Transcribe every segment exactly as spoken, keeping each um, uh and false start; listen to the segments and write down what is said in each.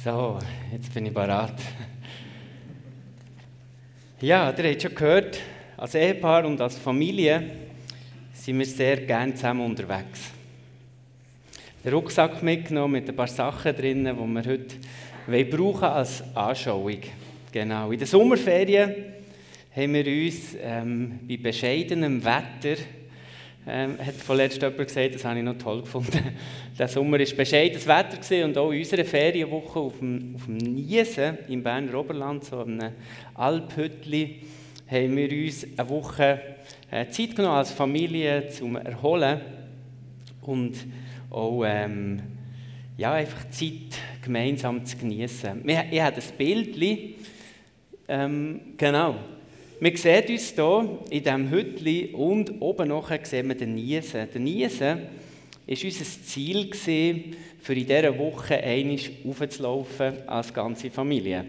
So, jetzt bin ich bereit. Ja, ihr habt schon gehört, als Ehepaar und als Familie sind wir sehr gerne zusammen unterwegs. Den Rucksack mitgenommen mit ein paar Sachen drin, die wir heute brauchen als Anschauung. Genau. In den Sommerferien haben wir uns ähm, bei bescheidenem Wetter, ähm, hat vorletzt jemand gesagt, das habe ich noch toll gefunden. Der Sommer war bescheidenes Wetter gewesen, und auch in unserer Ferienwoche auf dem, auf dem Niesen im Berner Oberland, so einem Alphüttli, haben wir uns eine Woche äh, Zeit genommen als Familie zum Erholen und auch ähm, ja, einfach Zeit gemeinsam zu genießen. Ich habe ein Bildchen, ähm, genau. Wir sehen uns hier in diesem Hüttli und oben nachher sehen wir den Niesen. Der Niesen war unser Ziel, für in dieser Woche einmal raufzulaufen als ganze Familie.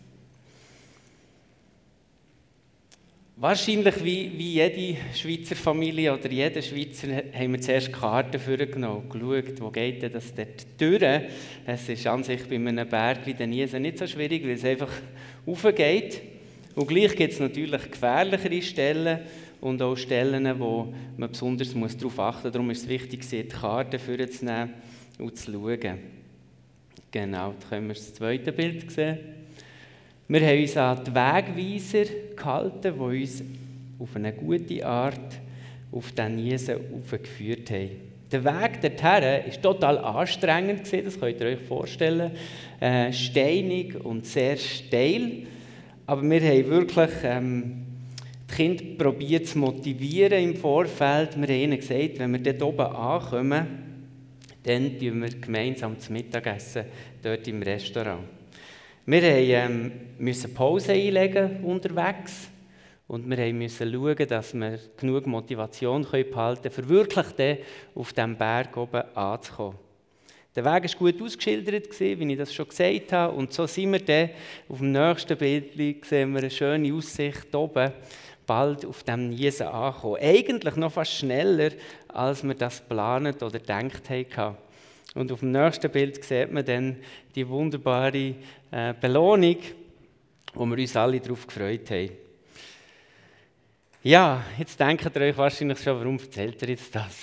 Wahrscheinlich wie, wie jede Schweizer Familie oder jeder Schweizer haben wir zuerst Karten vorgenommen und geschaut, wo geht denn das dort durch. Es ist an sich bei einem Berg wie der Niesen nicht so schwierig, weil es einfach raufgeht. Und gleich gibt es natürlich gefährlichere Stellen und auch Stellen, wo man besonders darauf achten muss. Darum ist es wichtig, die Karte vorzunehmen und zu schauen. Genau, da können wir das zweite Bild sehen. Wir haben uns an die Wegweiser gehalten, die uns auf eine gute Art auf den Niesen aufgeführt haben. Der Weg dorthin war total anstrengend, das könnt ihr euch vorstellen. Äh, steinig und sehr steil. Aber wir haben wirklich ähm, die Kinder probiert zu motivieren im Vorfeld. Wir haben ihnen gesagt, wenn wir dort oben ankommen, dann essen wir gemeinsam zu Mittag essen, dort im Restaurant. Wir ähm, mussten Pause einlegen unterwegs und wir mussten schauen, dass wir genug Motivation behalten können, um wirklich dann auf diesem Berg oben anzukommen. Der Weg war gut ausgeschildert, wie ich das schon gesagt habe. Und so sind wir dann auf dem nächsten Bild, sehen wir eine schöne Aussicht oben, bald auf dem Niesen ankommen. Eigentlich noch fast schneller, als wir das geplant oder gedacht hatten. Und auf dem nächsten Bild sieht man dann die wunderbare äh, Belohnung, wo wir uns alle darauf gefreut haben. Ja, jetzt denkt ihr euch wahrscheinlich schon, warum erzählt ihr jetzt das?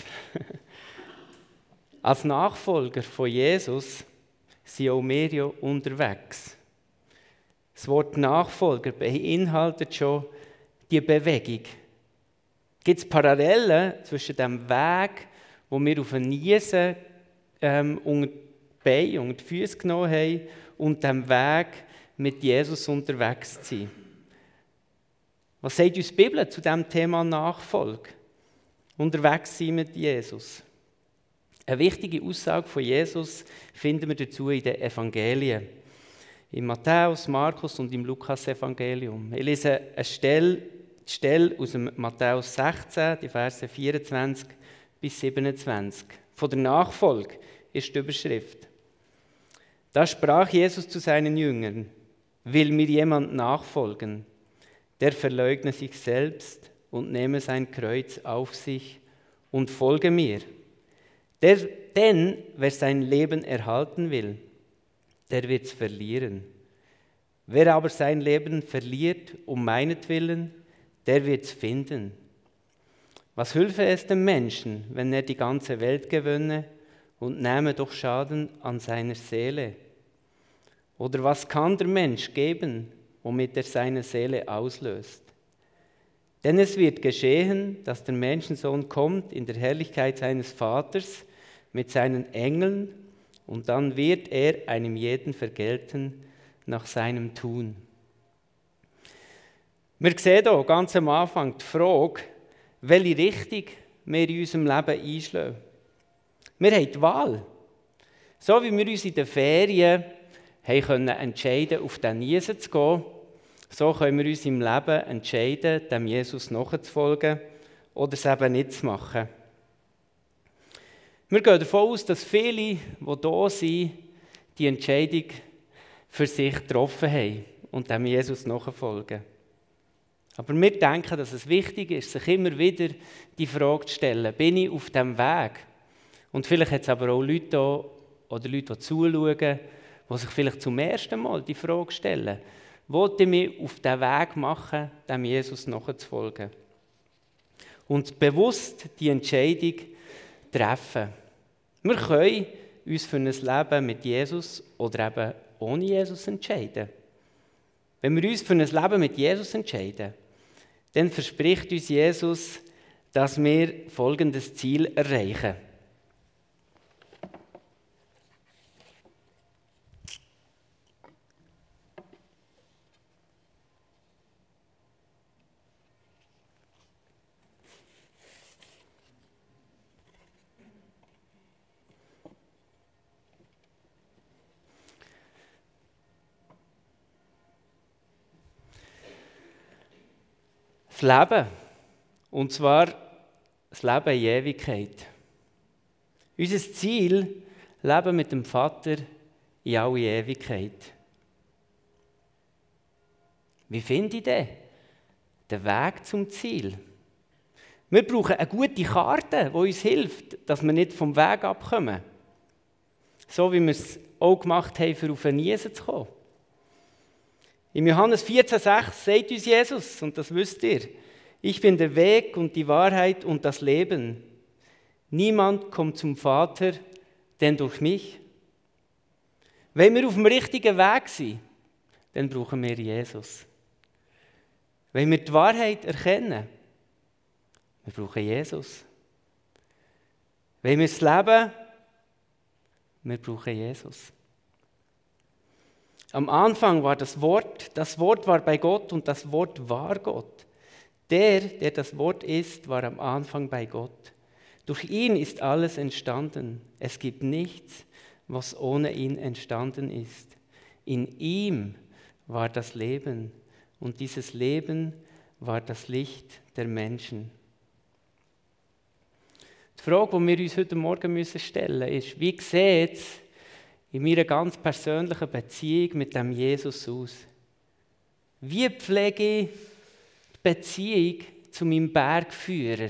Als Nachfolger von Jesus sind auch wir ja unterwegs. Das Wort Nachfolger beinhaltet schon die Bewegung. Gibt es Parallelen zwischen dem Weg, wo wir auf den Niesen ähm, unter die Beine, unter die Füße genommen haben, und dem Weg, mit Jesus unterwegs zu sein? Was sagt uns die Bibel zu diesem Thema Nachfolge? Unterwegs sein mit Jesus. Eine wichtige Aussage von Jesus finden wir dazu in den Evangelien. In Matthäus, Markus und im Lukas-Evangelium. Ich lese eine Stelle, die Stelle aus dem Matthäus sechzehn, die Verse vierundzwanzig bis siebenundzwanzig. Von der Nachfolge ist die Überschrift. Da sprach Jesus zu seinen Jüngern: Will mir jemand nachfolgen, der verleugne sich selbst und nehme sein Kreuz auf sich und folge mir. Der, denn wer sein Leben erhalten will, der wird es verlieren. Wer aber sein Leben verliert um meinetwillen, der wird es finden. Was hülfe es dem Menschen, wenn er die ganze Welt gewönne und nähme doch Schaden an seiner Seele? Oder was kann der Mensch geben, womit er seine Seele auslöst? Denn es wird geschehen, dass der Menschensohn kommt in der Herrlichkeit seines Vaters mit seinen Engeln, und dann wird er einem jeden vergelten nach seinem Tun. Wir sehen hier ganz am Anfang die Frage, welche Richtung wir in unserem Leben einschlagen. Wir haben die Wahl. So wie wir uns in den Ferien haben können entscheiden, auf den Niesen zu gehen, so können wir uns im Leben entscheiden, dem Jesus nachzufolgen oder es eben nicht zu machen. Wir gehen davon aus, dass viele, die hier sind, die Entscheidung für sich getroffen haben und dem Jesus nachfolgen. Aber wir denken, dass es wichtig ist, sich immer wieder die Frage zu stellen: Bin ich auf diesem Weg? Und vielleicht hat es aber auch Leute hier, oder Leute, die zuschauen, die sich vielleicht zum ersten Mal die Frage stellen, wollte ich mich auf den Weg machen, dem Jesus nachzufolgen? Und bewusst die Entscheidung treffen. Wir können uns für ein Leben mit Jesus oder eben ohne Jesus entscheiden. Wenn wir uns für ein Leben mit Jesus entscheiden, dann verspricht uns Jesus, dass wir folgendes Ziel erreichen. Das Leben, und zwar das Leben in Ewigkeit. Unser Ziel, Leben mit dem Vater in alle Ewigkeit. Wie finde ich den? Den Weg zum Ziel. Wir brauchen eine gute Karte, die uns hilft, dass wir nicht vom Weg abkommen. So wie wir es auch gemacht haben, für auf den Niesen zu kommen. Im Johannes vierzehn sechs sagt uns Jesus, und das wisst ihr, ich bin der Weg und die Wahrheit und das Leben. Niemand kommt zum Vater, denn durch mich. Wenn wir auf dem richtigen Weg sind, dann brauchen wir Jesus. Wenn wir die Wahrheit erkennen, wir brauchen Jesus. Wenn wir es leben, wir brauchen Jesus. Am Anfang war das Wort, das Wort war bei Gott und das Wort war Gott. Der, der das Wort ist, war am Anfang bei Gott. Durch ihn ist alles entstanden. Es gibt nichts, was ohne ihn entstanden ist. In ihm war das Leben und dieses Leben war das Licht der Menschen. Die Frage, die wir uns heute Morgen stellen müssen, ist, wie sieht es in meiner ganz persönlichen Beziehung mit dem Jesus aus? Wie pflege ich die Beziehung zu meinem Bergführer?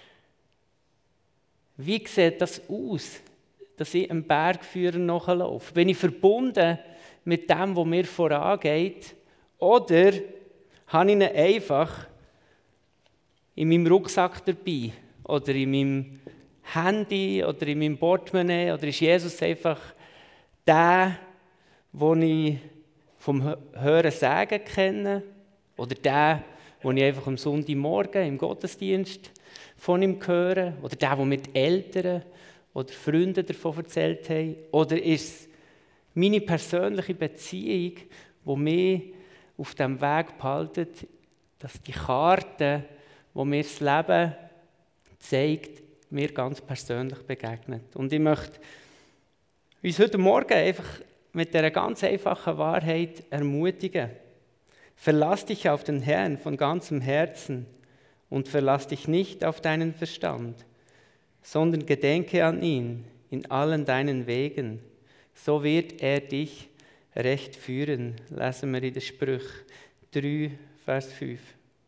Wie sieht das aus, dass ich einem Bergführer nachlaufe? Bin ich verbunden mit dem, was mir vorangeht? Oder habe ich ihn einfach in meinem Rucksack dabei? Oder in meinem Handy? Oder in meinem Portemonnaie? Oder ist Jesus einfach der, den ich vom Hören sagen kenne, oder der, den ich einfach am Sonntagmorgen im Gottesdienst von ihm höre, oder der, der mir die Eltern oder Freunde davon erzählt haben, oder ist es meine persönliche Beziehung, die mich auf dem Weg behaltet, dass die Karte, die mir das Leben zeigt, mir ganz persönlich begegnet. Und ich möchte uns heute Morgen einfach mit dieser ganz einfachen Wahrheit ermutigen. Verlass dich auf den Herrn von ganzem Herzen und verlass dich nicht auf deinen Verstand, sondern gedenke an ihn in allen deinen Wegen. So wird er dich recht führen. Lesen wir in den Sprüchen drei, Vers fünf.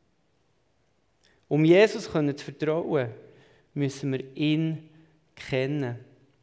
Um Jesus zu vertrauen, müssen wir ihn kennen.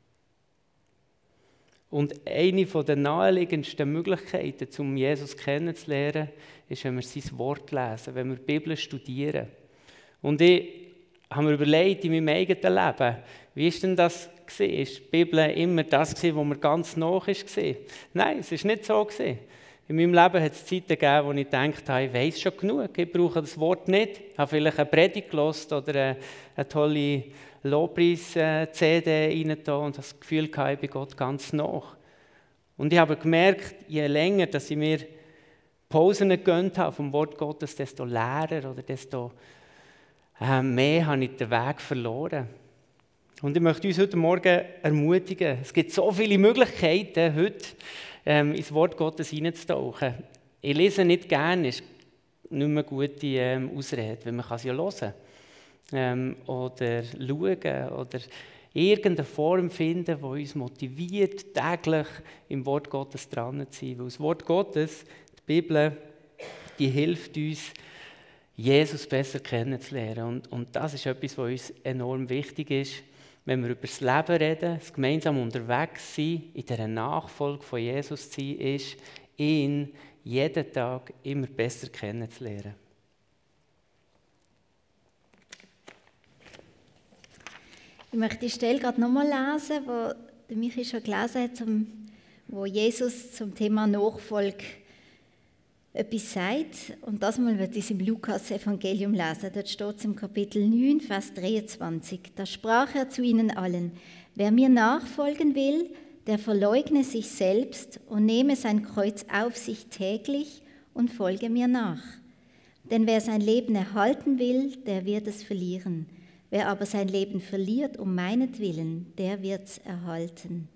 Und eine der naheliegendsten Möglichkeiten, um Jesus kennenzulernen, ist, wenn wir sein Wort lesen, wenn wir die Bibel studieren. Und ich habe mir überlegt, in meinem eigenen Leben, wie ist denn das gewesen? Ist die Bibel immer das gewesen, wo mir ganz nah war? Nein, es war nicht so gewesen. In meinem Leben hat es Zeiten gegeben, wo ich gedacht habe, ich weiss schon genug, ich brauche das Wort nicht. Ich habe vielleicht eine Predigt gehört oder eine, eine tolle Lobpreis-C D reingetan und das Gefühl gehabt, ich bin Gott ganz nah. Und ich habe gemerkt, je länger, dass ich mir Pausen gegönnt habe vom Wort Gottes, desto leerer oder desto äh, mehr habe ich den Weg verloren. Und ich möchte uns heute Morgen ermutigen, es gibt so viele Möglichkeiten, heute ähm, ins Wort Gottes hineinzutauchen. Ich lese nicht gerne, ist nicht mehr eine gute ähm, Ausrede, weil man kann es ja hören. Ähm, oder schauen oder irgendeine Form finden, die uns motiviert, täglich im Wort Gottes dran zu sein. Weil das Wort Gottes, die Bibel, die hilft uns, Jesus besser kennenzulernen. Und, und das ist etwas, was uns enorm wichtig ist. wenn wir über das Leben reden, das gemeinsam unterwegs sein, in dieser Nachfolge von Jesus zu sein, ist, ihn jeden Tag immer besser kennenzulernen. Ich möchte die Stelle gerade nochmal lesen, die Michi schon gelesen hat, wo Jesus zum Thema Nachfolge etwas sagt. Und das mal wird es im Lukas-Evangelium lesen. Dort steht es im Kapitel neun, Vers dreiundzwanzig. Da sprach er zu ihnen allen: Wer mir nachfolgen will, der verleugne sich selbst und nehme sein Kreuz auf sich täglich und folge mir nach. Denn wer sein Leben erhalten will, der wird es verlieren. Wer aber sein Leben verliert um meinetwillen, der wird es erhalten.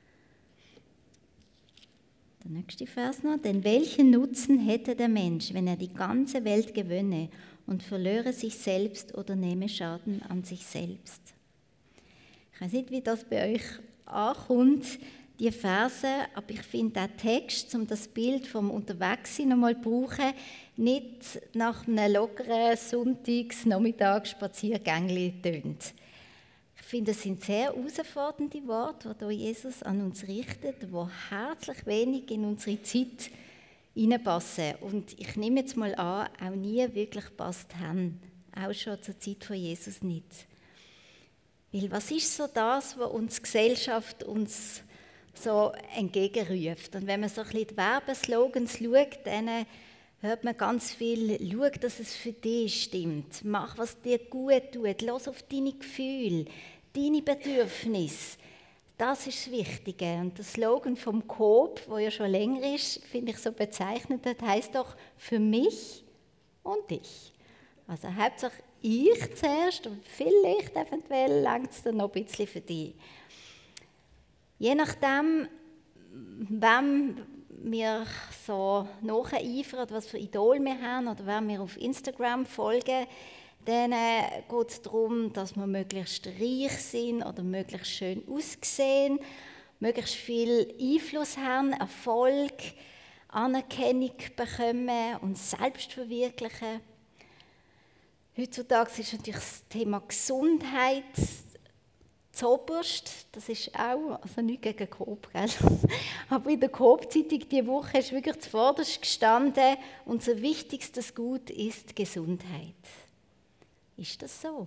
Der nächste Vers noch. Denn welchen Nutzen hätte der Mensch, wenn er die ganze Welt gewönne und verlöre sich selbst oder nehme Schaden an sich selbst? Ich weiß nicht, wie das bei euch ankommt, die Verse, aber ich finde den Text, um das Bild vom Unterwegssein nochmal zu brauchen, nicht nach einem lockeren Sonntags-Nachmittags-Spaziergängli tönt. Ich finde, es sind sehr herausfordernde Worte, die hier Jesus an uns richtet, die herzlich wenig in unsere Zeit hineinpassen. Und ich nehme jetzt mal an, auch nie wirklich gepasst haben. Auch schon zur Zeit von Jesus nicht. Weil was ist so das, was uns die Gesellschaft uns so entgegenruft? Und wenn man so ein bisschen die Werbeslogans schaut, dann hört man ganz viel: Schau, dass es für dich stimmt. Mach, was dir gut tut. Lass auf deine Gefühle, deine Bedürfnisse. Das ist das Wichtige. Und der Slogan vom Coop, der ja schon länger ist, finde ich so bezeichnet, das heisst doch: für mich und dich. Also Hauptsache ich zuerst und vielleicht eventuell reicht es dann noch ein bisschen für dich. Je nachdem, wem wir so nacheifern, was für Idole wir haben oder wenn wir auf Instagram folgen, dann äh, geht es darum, dass wir möglichst reich sind oder möglichst schön aussehen, möglichst viel Einfluss haben, Erfolg, Anerkennung bekommen und selbst verwirklichen. Heutzutage ist natürlich das Thema Gesundheit zuoberst. Das ist auch, also nicht gegen Coop, gell? Aber in der Coop-Zeitung diese Woche ist wirklich zuvorderst gestanden: Unser wichtigstes Gut ist Gesundheit. Ist das so?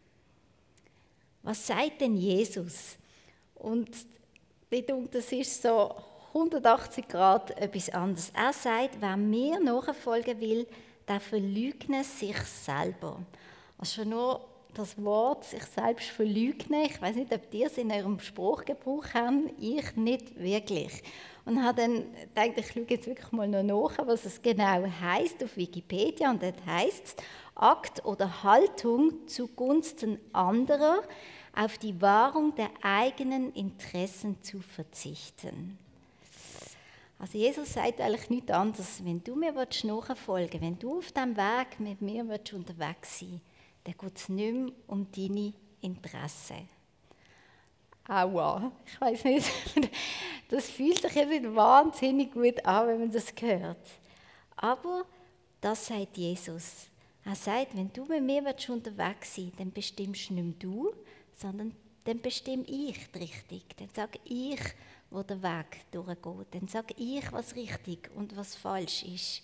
Was sagt denn Jesus? Und ich denke, das ist so hundertachtzig Grad etwas anderes. Er sagt, wer mir nachfolgen will, der verleugne sich selber. Also schon nur das Wort sich selbst verleugnen, ich weiß nicht, ob ihr es in eurem Sprachgebrauch habt, ich nicht wirklich. Und habe dann gedacht, ich schaue jetzt wirklich mal noch nach, was es genau heisst auf Wikipedia. Und dort heisst es: Akt oder Haltung zugunsten anderer, auf die Wahrung der eigenen Interessen zu verzichten. Also Jesus sagt eigentlich nichts anderes: Wenn du mir nachfolgen willst, wenn du auf diesem Weg mit mir unterwegs sein willst, dann geht es nicht mehr um deine Interessen. Aua, ich weiss nicht, das fühlt sich jetzt nicht wahnsinnig gut an, wenn man das hört. Aber das sagt Jesus. Er sagt, wenn du mit mir unterwegs sein willst, dann bestimmst nicht mehr du, sondern dann bestimme ich die Richtung. Dann sage ich, wo der Weg durchgeht. Dann sage ich, was richtig und was falsch ist.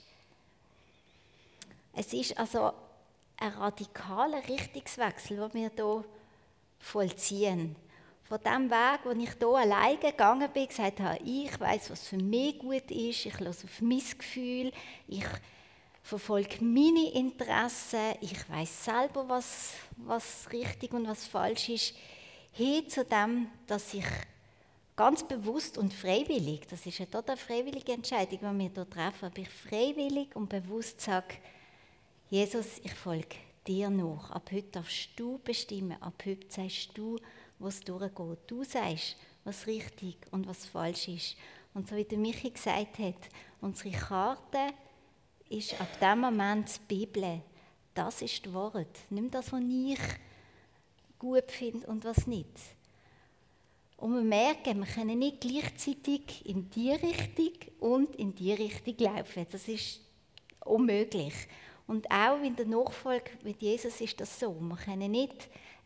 Es ist also ein radikaler Richtungswechsel, den wir hier vollziehen. Von dem Weg, wo ich hier alleine gegangen bin, gesagt habe, ich weiss, was für mich gut ist, ich höre auf mein Gefühl, ich verfolge meine Interessen, ich weiss selber, was, was richtig und was falsch ist, hin zu dem, dass ich ganz bewusst und freiwillig, das ist ja dort eine freiwillige Entscheidung, die wir hier treffen, aber ich freiwillig und bewusst sage, Jesus, ich folge dir nach. Ab heute darfst du bestimmen, ab heute sagst du, was durchgeht. Du sagst, was richtig und was falsch ist. Und so wie der Michi gesagt hat, unsere Karte ist ab dem Moment die Bibel. Das ist das Wort. Nicht das, was ich gut finde und was nicht. Und wir merken, wir können nicht gleichzeitig in die Richtung und in die Richtung laufen. Das ist unmöglich. Und auch in der Nachfolge mit Jesus ist das so. Wir können nicht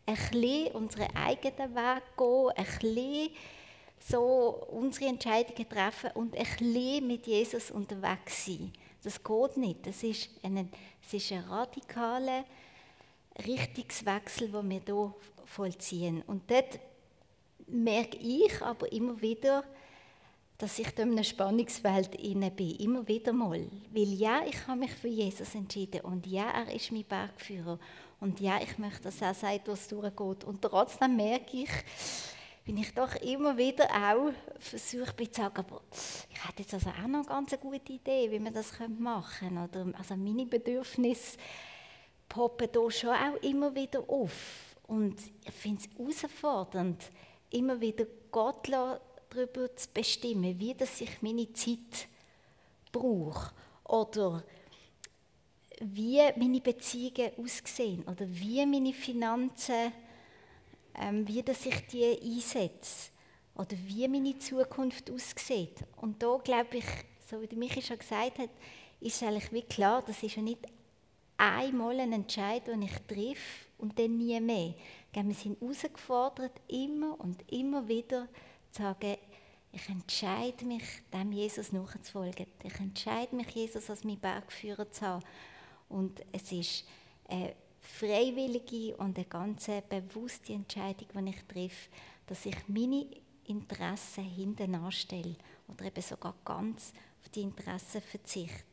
ein bisschen unseren eigenen Weg gehen, ein bisschen so unsere Entscheidungen treffen und ein bisschen mit Jesus unterwegs sein. Das geht nicht. Das ist ein, das ist ein radikaler Richtungswechsel, den wir hier vollziehen. Und dort merke ich aber immer wieder, dass ich da in einer Spannungswelt inne bin. Immer wieder mal. Weil ja, ich habe mich für Jesus entschieden und ja, er ist mein Bergführer. Und ja, ich möchte, dass er sagt, was durchgeht. Und trotzdem merke ich, bin ich doch immer wieder auch versucht bin zu sagen, aber ich hätte jetzt also auch noch eine ganz gute Idee, wie man das machen könnte. Oder, also meine Bedürfnisse poppen hier schon auch immer wieder auf. Und ich finde es herausfordernd, immer wieder Gott darüber zu bestimmen, wie das ich meine Zeit brauche. Oder wie meine Beziehungen aussehen. Oder wie meine Finanzen Ähm, wie dass ich die einsetze oder wie meine Zukunft aussieht. Und da glaube ich, so wie Michi schon gesagt hat, ist eigentlich wie klar, das ist ja nicht einmal ein Entscheid, den ich treffe und dann nie mehr. Wir sind herausgefordert, immer und immer wieder zu sagen, ich entscheide mich, dem Jesus nachzufolgen. Ich entscheide mich, Jesus als mein Bergführer zu haben. Und es ist äh, freiwillige und eine ganz bewusste Entscheidung, die ich treffe, dass ich meine Interessen hinten anstelle oder eben sogar ganz auf die Interessen verzichte.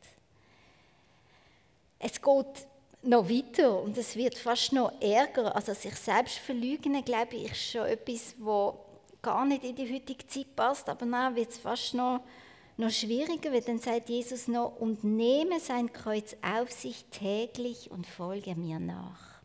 Es geht noch weiter und es wird fast noch ärger. Also sich selbst verleugnen, glaube ich, ist schon etwas, was gar nicht in die heutige Zeit passt, aber dann wird es fast noch Noch schwieriger, weil dann sagt Jesus noch, und nehme sein Kreuz auf sich täglich und folge mir nach.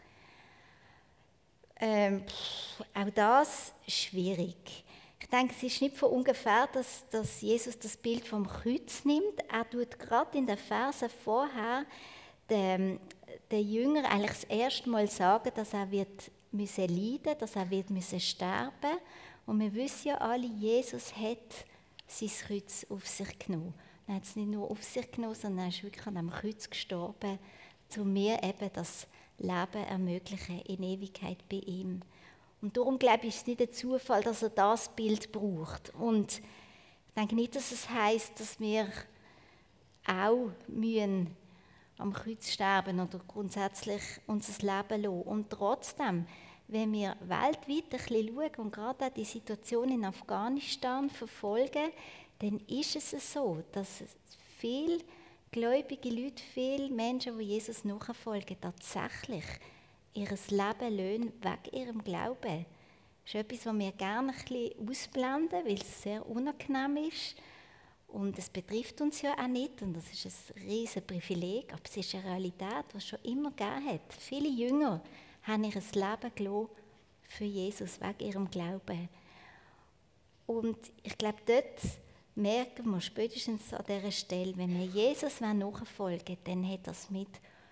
Ähm, pff, auch das schwierig. Ich denke, es ist nicht von ungefähr, dass, dass Jesus das Bild vom Kreuz nimmt. Er tut gerade in den Versen vorher den, den Jüngern eigentlich das erste Mal sagen, dass er wird müssen leiden, dass er wird müssen sterben. Und wir wissen ja alle, Jesus hat sein Kreuz auf sich genommen. Er hat es nicht nur auf sich genommen, sondern er ist wirklich an einem Kreuz gestorben, um mir eben das Leben ermöglichen in Ewigkeit bei ihm. Und darum glaube ich, ist es nicht ein Zufall, dass er das Bild braucht. Und ich denke nicht, dass es heisst, dass wir auch müssen am Kreuz sterben oder grundsätzlich unser Leben lassen. Und trotzdem, wenn wir weltweit ein bisschen schauen und gerade auch die Situation in Afghanistan verfolgen, dann ist es so, dass viele gläubige Leute, viele Menschen, die Jesus nachfolgen, tatsächlich ihr Leben lassen wegen ihrem Glauben. Das ist etwas, was wir gerne ein bisschen ausblenden, weil es sehr unangenehm ist. Und es betrifft uns ja auch nicht, und das ist ein riesiges Privileg, aber es ist eine Realität, die es schon immer gegeben hat. Viele Jünger haben ihr Leben gelassen für Jesus, wegen ihrem Glauben. Und ich glaube, dort merken wir spätestens an dieser Stelle, wenn wir Jesus nachfolgen, dann hat das mit,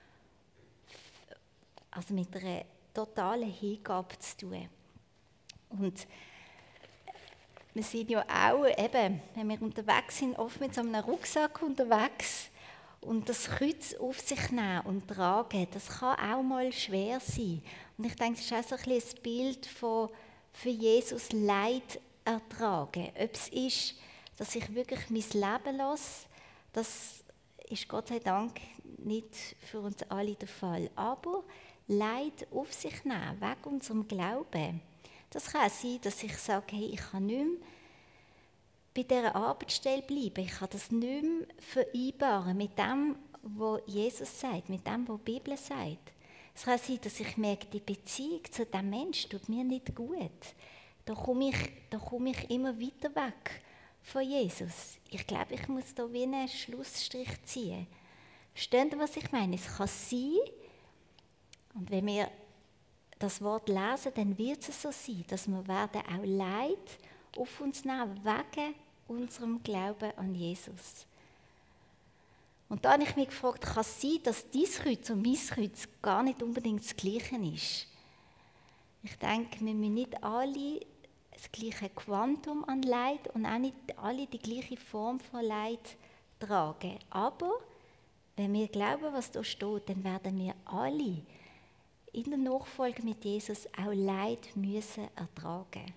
also mit einer totalen Hingabe zu tun. Und wir sind ja auch, eben, wenn wir unterwegs sind, oft mit so einem Rucksack unterwegs und das Kreuz auf sich nehmen und tragen, das kann auch mal schwer sein. Und ich denke, das ist auch so ein bisschen ein Bild von für Jesus Leid ertragen. Ob es ist, dass ich wirklich mein Leben lasse, das ist Gott sei Dank nicht für uns alle der Fall. Aber Leid auf sich nehmen, wegen unserem Glauben. Das kann auch sein, dass ich sage, hey, ich kann nicht mehr bei dieser Arbeitsstelle bleiben. Ich kann das nicht mehr vereinbaren mit dem, was Jesus sagt, mit dem, was die Bibel sagt. Es kann sein, dass ich merke, die Beziehung zu diesem Menschen tut mir nicht gut. Da komme ich, da komme ich immer weiter weg von Jesus. Ich glaube, ich muss da wie einen Schlussstrich ziehen. Versteht ihr, was ich meine? Es kann sein, und wenn wir das Wort lesen, dann wird es so sein, dass wir werden auch Leid auf uns nehmen, wegen unserem Glauben an Jesus. Und da habe ich mich gefragt, kann es sein, dass dein Kreuz und mein Kreuz gar nicht unbedingt das Gleiche ist? Ich denke, wir müssen nicht alle das gleiche Quantum an Leid und auch nicht alle die gleiche Form von Leid tragen. Aber wenn wir glauben, was da steht, dann werden wir alle in der Nachfolge mit Jesus auch Leid müssen ertragen.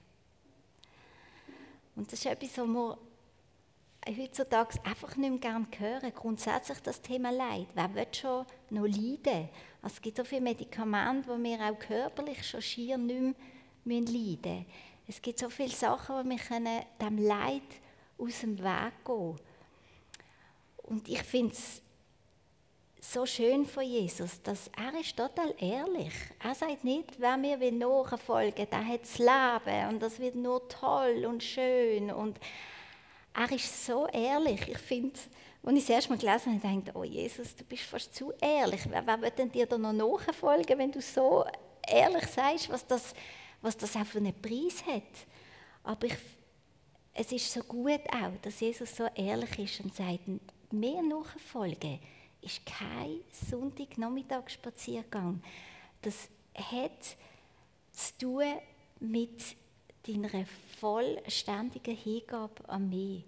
Und das ist etwas, was wir heutzutage einfach nicht mehr gerne hören. Grundsätzlich das Thema Leid. Wer will schon noch leiden? Also es gibt so viele Medikamente, wo wir auch körperlich schon schier nicht mehr leiden müssen. Es gibt so viele Sachen, wo wir können dem Leid aus dem Weg gehen können. Und ich finde es so schön von Jesus, dass er ist total ehrlich. Er sagt nicht, wer mir will nachfolgen, der hat das Leben und das wird nur toll und schön. Und er ist so ehrlich. Ich finde, als ich das erste Mal gelesen habe, dachte ich, oh Jesus, du bist fast zu ehrlich. Wer, wer wird denn dir da noch nachfolgen, wenn du so ehrlich sagst, was das, was das auch für einen Preis hat? Aber ich, es ist so gut auch, dass Jesus so ehrlich ist und sagt, mir nachfolgen ist kein Sonntagnachmittagsspaziergang. Das hat zu tun mit deiner vollständigen Hingabe an mich.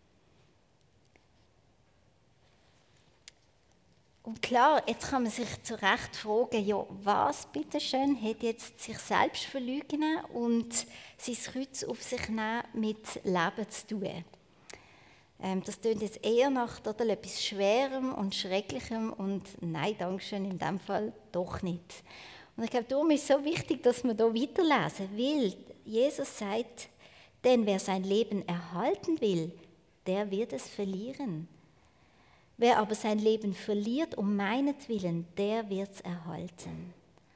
Und klar, jetzt kann man sich zu Recht fragen, ja, was bitteschön hat jetzt sich selbst verleugnen und sein Kreuz auf sich nehmen mit Leben zu tun? Ähm, das klingt jetzt eher nach total etwas Schwerem und Schrecklichem und nein, Dankeschön, in dem Fall doch nicht. Und ich glaube, darum ist es so wichtig, dass wir da weiterlesen, weil Jesus sagt, denn wer sein Leben erhalten will, der wird es verlieren. Wer aber sein Leben verliert um meinetwillen, der wird es erhalten.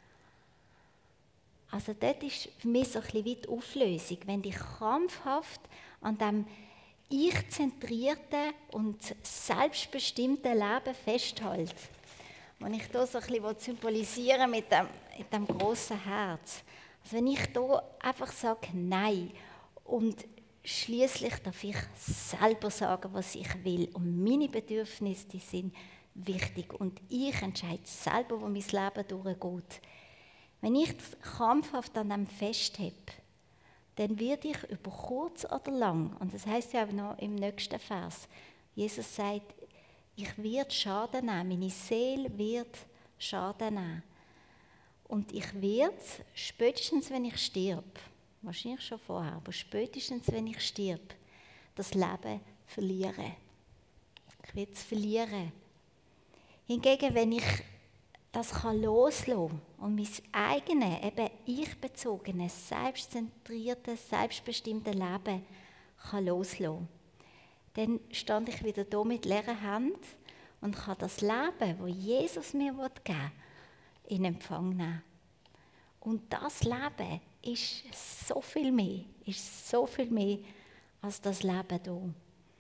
Also das ist für mich so ein bisschen wie die Auflösung, wenn ich krampfhaft an dem ich-zentrierten und selbstbestimmten Leben festhalte. Und ich hier so ein bisschen symbolisieren mit dem, mit dem grossen Herz. Also wenn ich hier einfach sage Nein und schliesslich darf ich selber sagen, was ich will und meine Bedürfnisse, die sind wichtig und ich entscheide selber, wo mein Leben durchgeht. Wenn ich krampfhaft an dem festhebe, dann werde ich über kurz oder lang, und das heißt ja auch noch im nächsten Vers, Jesus sagt, ich werde Schaden nehmen, meine Seele wird Schaden nehmen. Und ich werde, spätestens wenn ich stirb, wahrscheinlich schon vorher, aber spätestens wenn ich stirb, das Leben verlieren. Ich werde es verlieren. Hingegen, wenn ich das kann loslassen und mein eigenes, eben ich-bezogenes, selbstzentriertes, selbstbestimmtes Leben kann loslassen, dann stand ich wieder da mit leeren Händen und kann das Leben, das Jesus mir geben will, in Empfang nehmen. Und das Leben ist so viel mehr, ist so viel mehr als das Leben hier.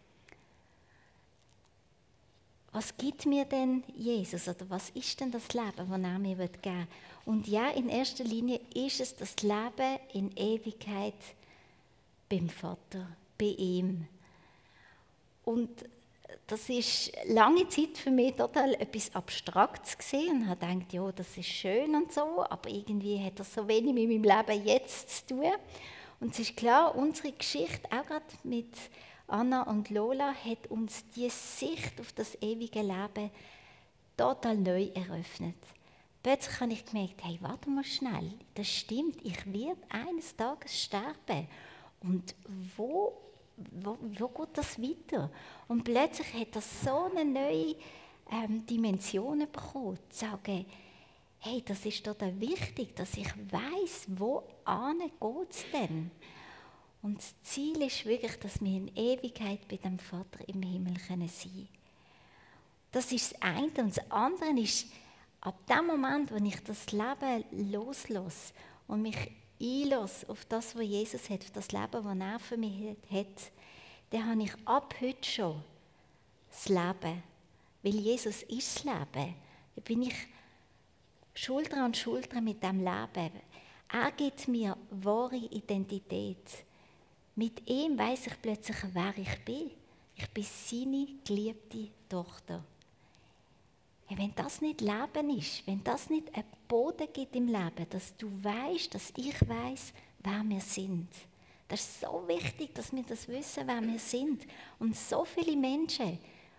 Was gibt mir denn Jesus oder was ist denn das Leben, das er mir geben will? Und ja, in erster Linie ist es das Leben in Ewigkeit beim Vater, bei ihm. Und das ist lange Zeit für mich total etwas Abstraktes gesehen und habe gedacht, ja, das ist schön und so, aber irgendwie hat das so wenig mit meinem Leben jetzt zu tun. Und es ist klar, unsere Geschichte, auch gerade mit Anna und Lola, hat uns die Sicht auf das ewige Leben total neu eröffnet. Plötzlich habe ich gemerkt, hey, warte mal schnell, das stimmt, ich werde eines Tages sterben. Und wo, wo, wo geht das weiter? Und plötzlich hat das so eine neue ähm, Dimension bekommen, zu sagen, hey, das ist total wichtig, dass ich weiss, wo geht es denn? Und das Ziel ist wirklich, dass wir in Ewigkeit bei dem Vater im Himmel sein können. Das ist das eine. Und das andere ist, ab dem Moment, wo ich das Leben loslasse und mich einlasse auf das, was Jesus hat, auf das Leben, das er für mich hat, dann habe ich ab heute schon das Leben. Weil Jesus ist das Leben. Da bin ich Schulter an Schulter mit dem Leben. Er gibt mir wahre Identität. Mit ihm weiss ich plötzlich, wer ich bin. Ich bin seine geliebte Tochter. Ja, wenn das nicht Leben ist, wenn das nicht einen Boden gibt im Leben, dass du weißt, dass ich weiss, wer wir sind. Das ist so wichtig, dass wir das wissen, wer wir sind. Und so viele Menschen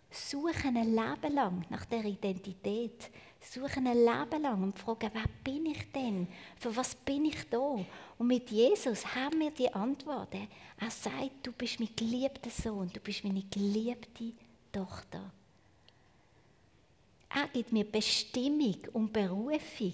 suchen ein Leben lang nach der Identität, suchen ein Leben lang und fragen, wer bin ich denn? Für was bin ich da? Und mit Jesus haben wir die Antworten. Er sagt, du bist mein geliebter Sohn, du bist meine geliebte Tochter. Er gibt mir Bestimmung und Berufung.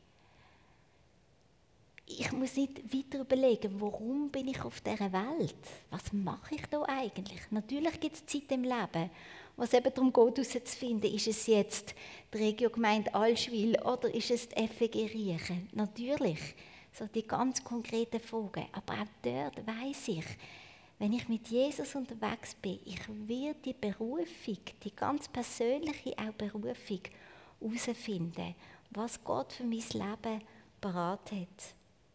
Ich muss nicht weiter überlegen, warum bin ich auf dieser Welt? Was mache ich da eigentlich? Natürlich gibt es Zeit im Leben, wo es eben darum geht, herauszufinden, ist es jetzt die Regiogemeinde Allschwil oder ist es die F E G Riechen? Natürlich, so die ganz konkreten Fragen. Aber auch dort weiss ich, wenn ich mit Jesus unterwegs bin, ich werde die Berufung, die ganz persönliche auch Berufung herausfinden, was Gott für mein Leben parat hat.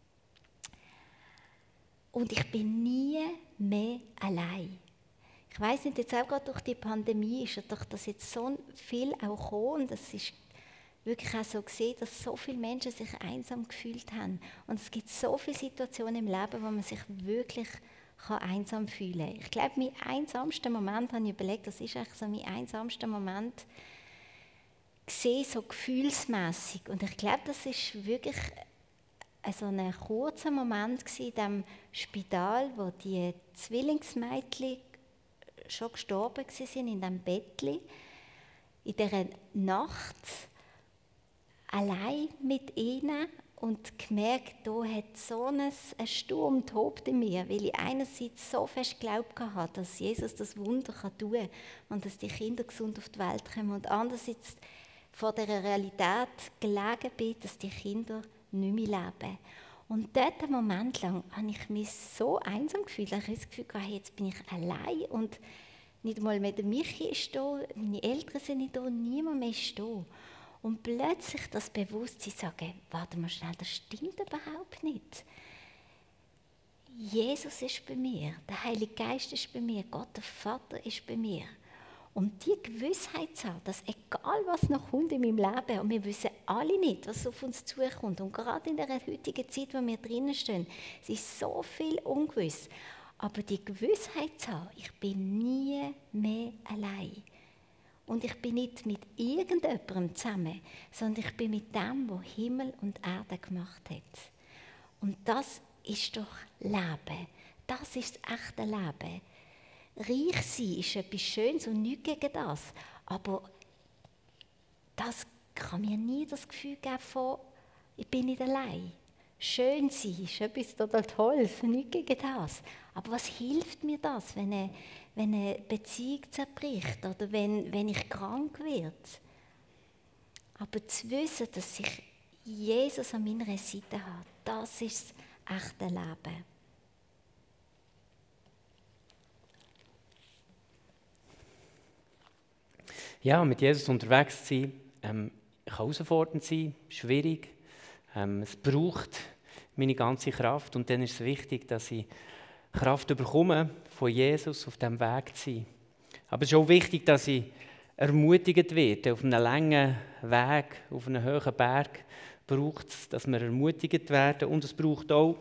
Und ich bin nie mehr allein. Ich weiss nicht, jetzt auch gerade durch die Pandemie ist ja doch das jetzt so viel auch gekommen. Und es ist wirklich auch so gesehen, dass so viele Menschen sich einsam gefühlt haben. Und es gibt so viele Situationen im Leben, wo man sich wirklich kann einsam fühlen kann. Ich glaube, mein einsamster Moment, habe ich überlegt, das ist eigentlich so mein einsamster Moment, gesehen, so gefühlsmässig. Und ich glaube, das ist wirklich so ein kurzer Moment in dem Spital, wo die Zwillingsmädchen schon gestorben waren, in diesem Bettchen, in dieser Nacht, allein mit ihnen und gemerkt, da hat so ein, ein Sturm tobt in mir, weil ich einerseits so fest geglaubt habe, dass Jesus das Wunder tun kann und dass die Kinder gesund auf die Welt kommen und andererseits vor der Realität gelegen bin, dass die Kinder nicht mehr leben. Und dort einen Moment lang habe ich mich so einsam gefühlt. Ich habe das Gefühl, hey, jetzt bin ich allein und nicht einmal mehr der Michi ist da, meine Eltern sind nicht da, niemand mehr ist da. Und plötzlich das Bewusstsein sagen, warte mal schnell, das stimmt überhaupt nicht. Jesus ist bei mir, der Heilige Geist ist bei mir, Gott der Vater ist bei mir. Und die Gewissheit zu haben, dass egal was noch kommt in meinem Leben, und wir wissen alle nicht, was auf uns zukommt, und gerade in der heutigen Zeit, wo wir drinnen stehen, es ist so viel ungewiss, aber die Gewissheit zu haben, ich bin nie mehr allein. Und ich bin nicht mit irgendjemandem zusammen, sondern ich bin mit dem, der Himmel und Erde gemacht hat. Und das ist doch Leben. Das ist das echte Leben. Reich sein ist etwas Schönes und nichts gegen das. Aber das kann mir nie das Gefühl geben von, ich bin nicht allein. Schön sein ist etwas total Tolles, nichts gegen das. Aber was hilft mir das, wenn eine, wenn eine Beziehung zerbricht oder wenn, wenn ich krank werde? Aber zu wissen, dass ich Jesus an meiner Seite habe, das ist das echte Leben. Ja, mit Jesus unterwegs zu sein, ähm, kann herausfordernd sein, schwierig. Ähm, es braucht meine ganze Kraft und dann ist es wichtig, dass ich Kraft bekomme, von Jesus auf diesem Weg zu sein. Aber es ist auch wichtig, dass ich ermutigt werde. Auf einem langen Weg, auf einem hohen Berg braucht es, dass wir ermutigt werden. Und es braucht auch,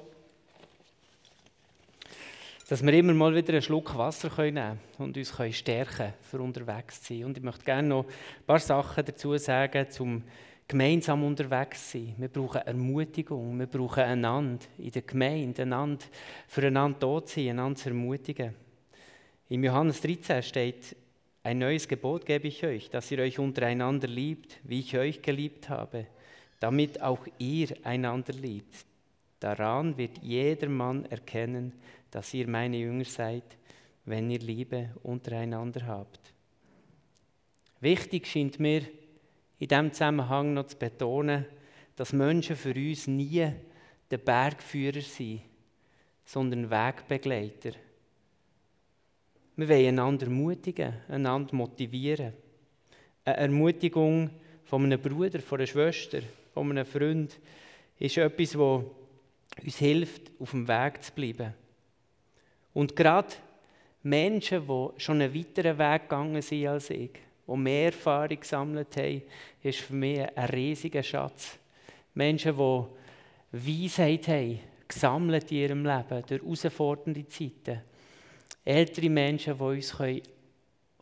dass wir immer mal wieder einen Schluck Wasser nehmen können und uns stärken können, für unterwegs zu sein. Und ich möchte gerne noch ein paar Sachen dazu sagen, zum gemeinsam unterwegs sein. Wir brauchen Ermutigung, wir brauchen einander in der Gemeinde, einander füreinander da zu sein, einander zu ermutigen. Im Johannes dreizehn steht, ein neues Gebot gebe ich euch, dass ihr euch untereinander liebt, wie ich euch geliebt habe, damit auch ihr einander liebt. Daran wird jedermann erkennen, dass ihr meine Jünger seid, wenn ihr Liebe untereinander habt. Wichtig scheint mir, in diesem Zusammenhang noch zu betonen, dass Menschen für uns nie der Bergführer sind, sondern Wegbegleiter. Wir wollen einander ermutigen, einander motivieren. Eine Ermutigung von einem Bruder, von einer Schwester, von einem Freund ist etwas, das uns hilft, auf dem Weg zu bleiben. Und gerade Menschen, die schon einen weiteren Weg gegangen sind als ich, die mehr Erfahrung gesammelt haben, ist für mich ein riesiger Schatz. Menschen, die Weisheit haben, gesammelt in ihrem Leben durch herausfordernde Zeiten. Ältere Menschen, die uns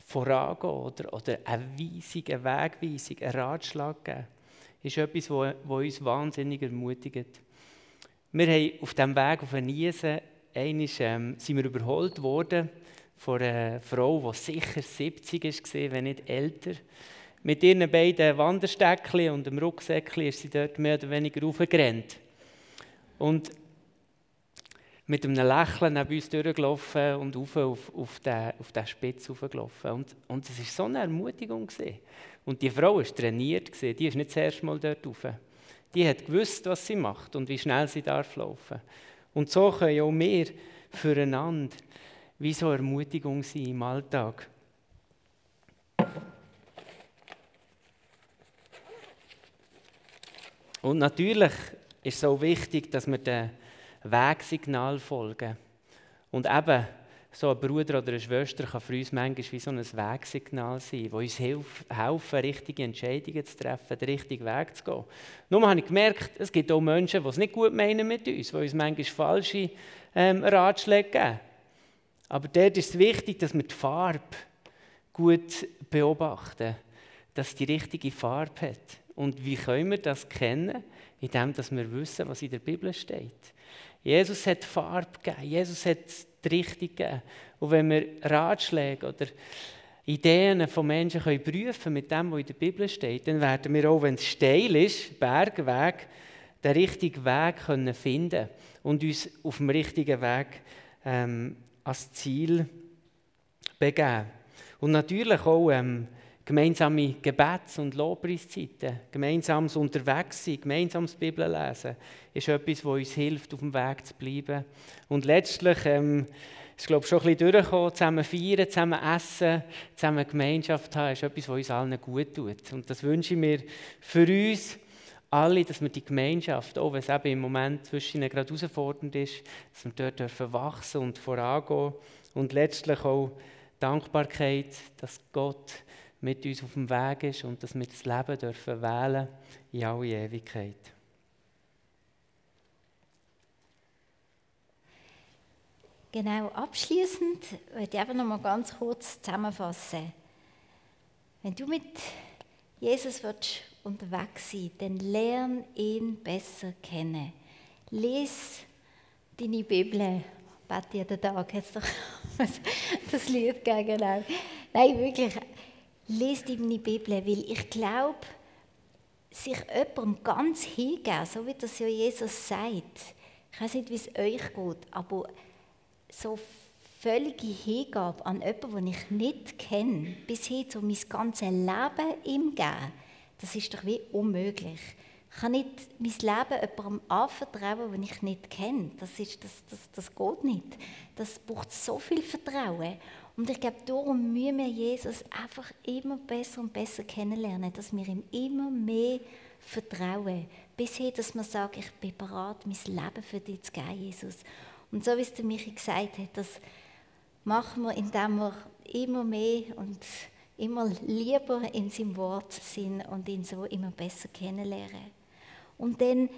vorangehen oder, oder eine Weisung, eine Wegweisung, einen Ratschlag geben, ist etwas, was uns wahnsinnig ermutigt. Wir haben auf diesem Weg auf Niesen, einmal ähm, sind wir überholt worden von einer Frau, die sicher siebzig war, wenn nicht älter. Mit ihren beiden Wanderstäckchen und dem Rucksäckchen ist sie dort mehr oder weniger raufgerannt. Und mit einem Lächeln neben uns durchgelaufen und rauf auf, auf, den, auf den Spitz raufgelaufen. Und, und es war so eine Ermutigung gewesen. Und die Frau war trainiert gewesen. Die ist nicht das erste Mal dort rauf. Die hat gewusst, was sie macht und wie schnell sie darf laufen. Und so können auch wir füreinander wie so eine Ermutigung sein im Alltag. Und natürlich ist es auch wichtig, dass wir dem Wegsignal folgen. Und eben, so ein Bruder oder eine Schwester kann für uns manchmal wie so ein Wegsignal sein, das uns hilft, helfen, richtige Entscheidungen zu treffen, den richtigen Weg zu gehen. Nur habe ich gemerkt, es gibt auch Menschen, die es nicht gut meinen mit uns, die uns manchmal falsche ähm, Ratschläge geben. Aber dort ist es wichtig, dass wir die Farbe gut beobachten, dass die richtige Farbe hat. Und wie können wir das kennen? Indem dass wir wissen, was in der Bibel steht. Jesus hat Farbe gegeben, Jesus hat die Richtung gegeben. Und wenn wir Ratschläge oder Ideen von Menschen können prüfen mit dem, was in der Bibel steht, dann werden wir auch, wenn es steil ist, Bergweg, den richtigen Weg können finden und uns auf dem richtigen Weg ähm, ans Ziel begeben. Und natürlich auch ähm, gemeinsame Gebets- und Lobpreiszeiten, gemeinsames Unterwegssein, gemeinsames Bibellesen ist etwas, das uns hilft, auf dem Weg zu bleiben. Und letztlich ähm, ist, glaube ich, schon ein bisschen durchgekommen, zusammen feiern, zusammen essen, zusammen Gemeinschaft haben, ist etwas, was uns allen gut tut. Und das wünsche ich mir für uns alle, dass wir die Gemeinschaft, auch wenn es eben im Moment zwischen ihnen gerade herausfordernd ist, dass wir dort dürfen wachsen und vorangehen. Und letztlich auch Dankbarkeit, dass Gott mit uns auf dem Weg ist und dass wir das Leben dürfen wählen in alle Ewigkeit. Genau, abschließend möchte ich einfach noch mal ganz kurz zusammenfassen. Wenn du mit Jesus willst unterwegs sein, dann lern ihn besser kennen. Lies deine Bibel. Bete jeden Tag, hat es doch das Lied gegeben. Nein, wirklich. Lies deine Bibel, weil ich glaube, sich jemandem ganz hingeben, so wie das ja Jesus sagt, ich weiß nicht, wie es euch geht, aber so völlige Hingabe an jemanden, den ich nicht kenne, bis hin zu mein ganzes Leben ihm geben, das ist doch wie unmöglich. Ich kann nicht mein Leben jemandem anvertrauen, den ich nicht kenne. Das, ist, das, das, das geht nicht. Das braucht so viel Vertrauen. Und ich glaube, darum müssen wir Jesus einfach immer besser und besser kennenlernen, dass wir ihm immer mehr vertrauen. Bis hin, dass wir sagen, ich bin bereit, mein Leben für dich zu geben, Jesus. Und so wie es der Michi gesagt hat, das machen wir, indem wir immer mehr und immer lieber in seinem Wort sind und ihn so immer besser kennenlernen. Und dann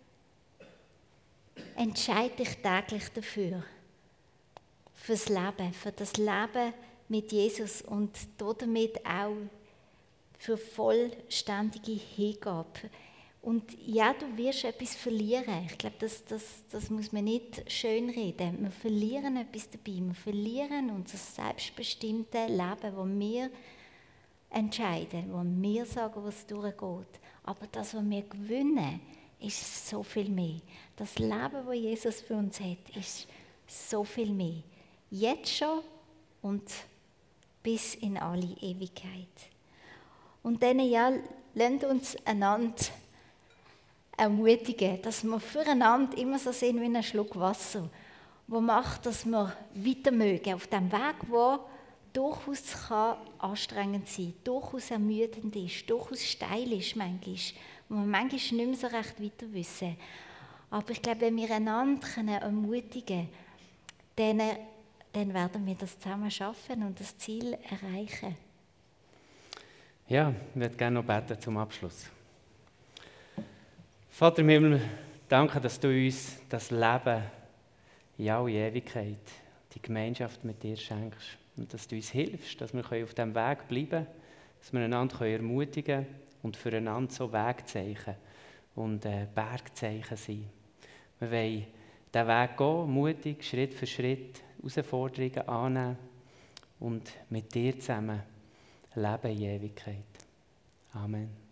entscheide ich täglich dafür, fürs Leben, für das Leben mit Jesus und damit auch für vollständige Hingabe. Und ja, du wirst etwas verlieren. Ich glaube, das, das, das muss man nicht schönreden. Wir verlieren etwas dabei. Wir verlieren unser selbstbestimmtes Leben, wo wir entscheiden, wo wir sagen, was durchgeht. Aber das, was wir gewinnen, ist so viel mehr. Das Leben, das Jesus für uns hat, ist so viel mehr. Jetzt schon und bis in alle Ewigkeit. Und dann, ja, lasst uns einander ermutigen, dass wir füreinander immer so sind wie ein Schluck Wasser, wo macht, dass wir weiter mögen auf dem Weg, wo durchaus kann anstrengend sein, durchaus ermüdend ist, durchaus steil ist manchmal, wo wir manchmal nicht mehr so recht weiter wissen. Aber ich glaube, wenn wir einander ermutigen können, dann, dann werden wir das zusammen schaffen und das Ziel erreichen. Ja, ich würde gerne noch beten zum Abschluss. Vater im Himmel, danke, dass du uns das Leben in alle Ewigkeit, die Gemeinschaft mit dir schenkst. und dass du uns hilfst, dass wir auf diesem Weg bleiben können, dass wir einander ermutigen können und füreinander so Wegzeichen und äh, Bergzeichen sein. Wir wollen diesen Weg gehen, mutig, Schritt für Schritt, Herausforderungen annehmen und mit dir zusammen leben in Ewigkeit. Amen.